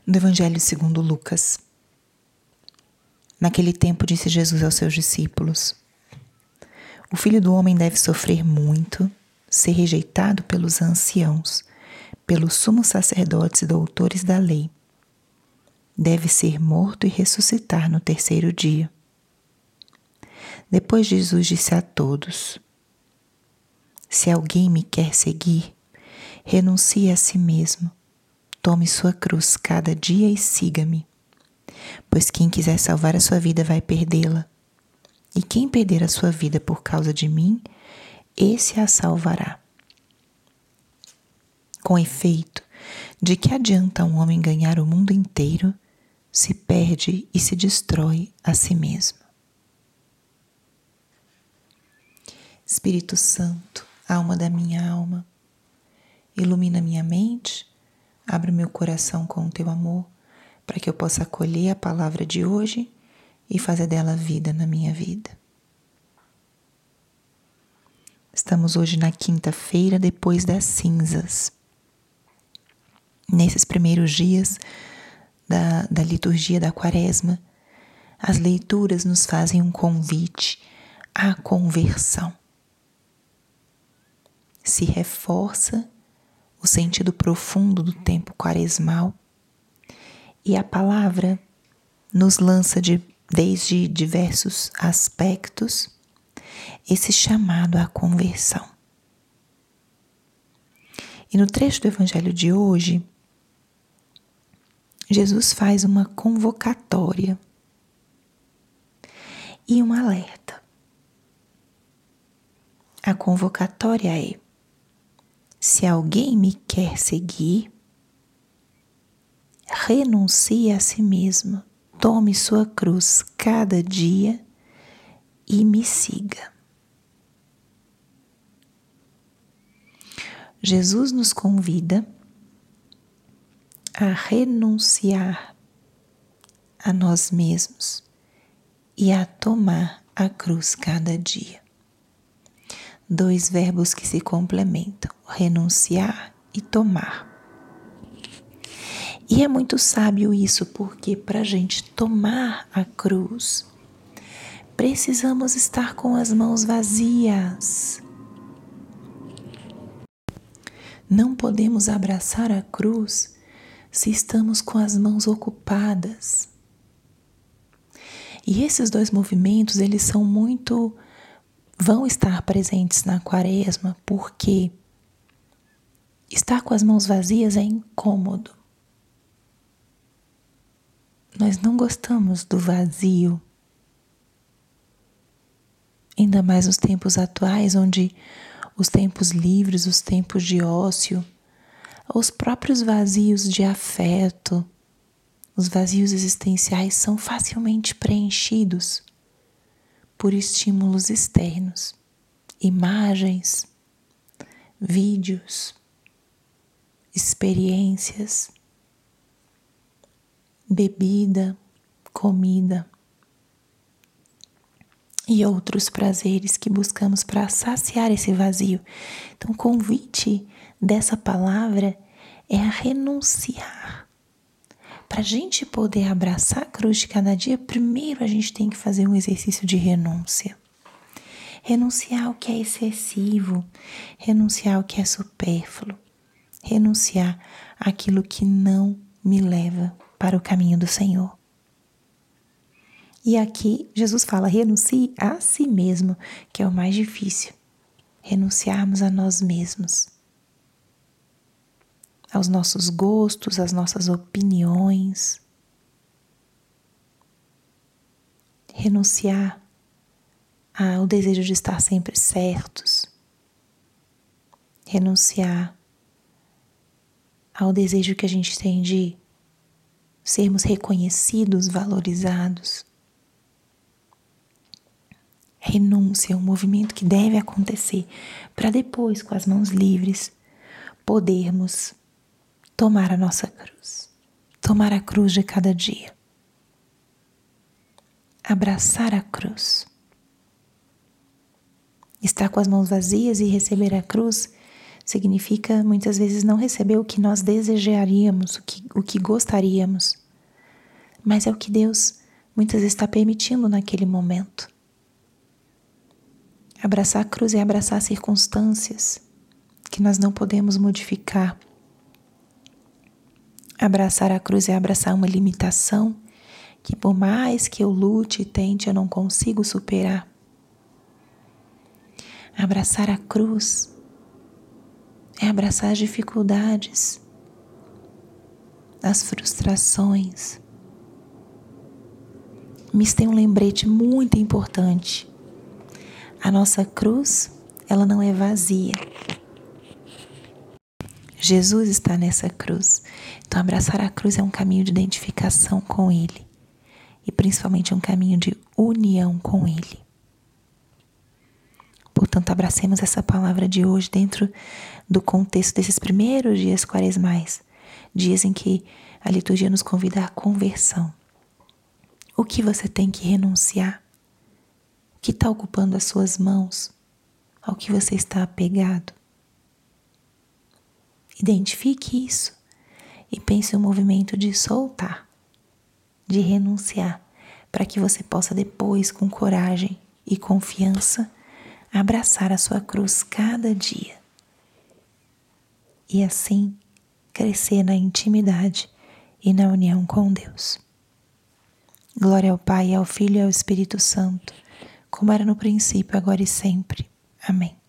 Do Evangelho segundo Lucas. Naquele tempo disse Jesus aos seus discípulos: O Filho do Homem deve sofrer muito, ser rejeitado pelos anciãos, pelos sumos sacerdotes e doutores da lei. Deve ser morto e ressuscitar no terceiro dia. Depois Jesus disse a todos: Se alguém me quer seguir, renuncie a si mesmo. Tome sua cruz cada dia e siga-me. Pois quem quiser salvar a sua vida vai perdê-la. E quem perder a sua vida por causa de mim, esse a salvará. Com efeito, de que adianta um homem ganhar o mundo inteiro, se perde e se destrói a si mesmo? Espírito Santo, alma da minha alma, ilumina minha mente, abre meu coração com o teu amor, para que eu possa acolher a palavra de hoje e fazer dela vida na minha vida. Estamos hoje na quinta-feira depois das cinzas. Nesses primeiros dias da liturgia da Quaresma, as leituras nos fazem um convite à conversão. Se reforça o sentido profundo do tempo quaresmal e a palavra nos lança desde diversos aspectos esse chamado à conversão. E no trecho do Evangelho de hoje, Jesus faz uma convocatória e um alerta. A convocatória é: se alguém me quer seguir, renuncie a si mesmo, tome sua cruz cada dia e me siga. Jesus nos convida a renunciar a nós mesmos e a tomar a cruz cada dia. Dois verbos que se complementam: renunciar e tomar. E é muito sábio isso, porque para a gente tomar a cruz, precisamos estar com as mãos vazias. Não podemos abraçar a cruz se estamos com as mãos ocupadas. E esses dois movimentos, eles vão estar presentes na Quaresma, porque estar com as mãos vazias é incômodo. Nós não gostamos do vazio. Ainda mais nos tempos atuais, onde os tempos livres, os tempos de ócio, os próprios vazios de afeto, os vazios existenciais são facilmente preenchidos por estímulos externos, imagens, vídeos, experiências, bebida, comida e outros prazeres que buscamos para saciar esse vazio. Então, o convite dessa palavra é a renunciar. Para a gente poder abraçar a cruz de cada dia, primeiro a gente tem que fazer um exercício de renúncia. Renunciar ao que é excessivo, renunciar ao que é supérfluo, renunciar àquilo que não me leva para o caminho do Senhor. E aqui Jesus fala: renuncie a si mesmo, que é o mais difícil. Renunciarmos a nós mesmos, aos nossos gostos, às nossas opiniões. Renunciar ao desejo de estar sempre certos. Renunciar ao desejo que a gente tem de sermos reconhecidos, valorizados. Renúncia é um movimento que deve acontecer para depois, com as mãos livres, podermos tomar a nossa cruz, tomar a cruz de cada dia, abraçar a cruz. Estar com as mãos vazias e receber a cruz significa muitas vezes não receber o que nós desejaríamos, o que gostaríamos, mas é o que Deus muitas vezes está permitindo naquele momento. Abraçar a cruz é abraçar circunstâncias que nós não podemos modificar. Abraçar a cruz é abraçar uma limitação que, por mais que eu lute e tente, eu não consigo superar. Abraçar a cruz é abraçar as dificuldades, as frustrações. Mas tem um lembrete muito importante. A nossa cruz, ela não é vazia. Jesus está nessa cruz. Então, abraçar a cruz é um caminho de identificação com Ele. E principalmente um caminho de união com Ele. Portanto, abracemos essa palavra de hoje dentro do contexto desses primeiros dias quaresmais. Dias em que a liturgia nos convida à conversão. O que você tem que renunciar? O que está ocupando as suas mãos? Ao que você está apegado? Identifique isso e pense em um movimento de soltar, de renunciar, para que você possa depois, com coragem e confiança, abraçar a sua cruz cada dia. E assim, crescer na intimidade e na união com Deus. Glória ao Pai, ao Filho e ao Espírito Santo, como era no princípio, agora e sempre. Amém.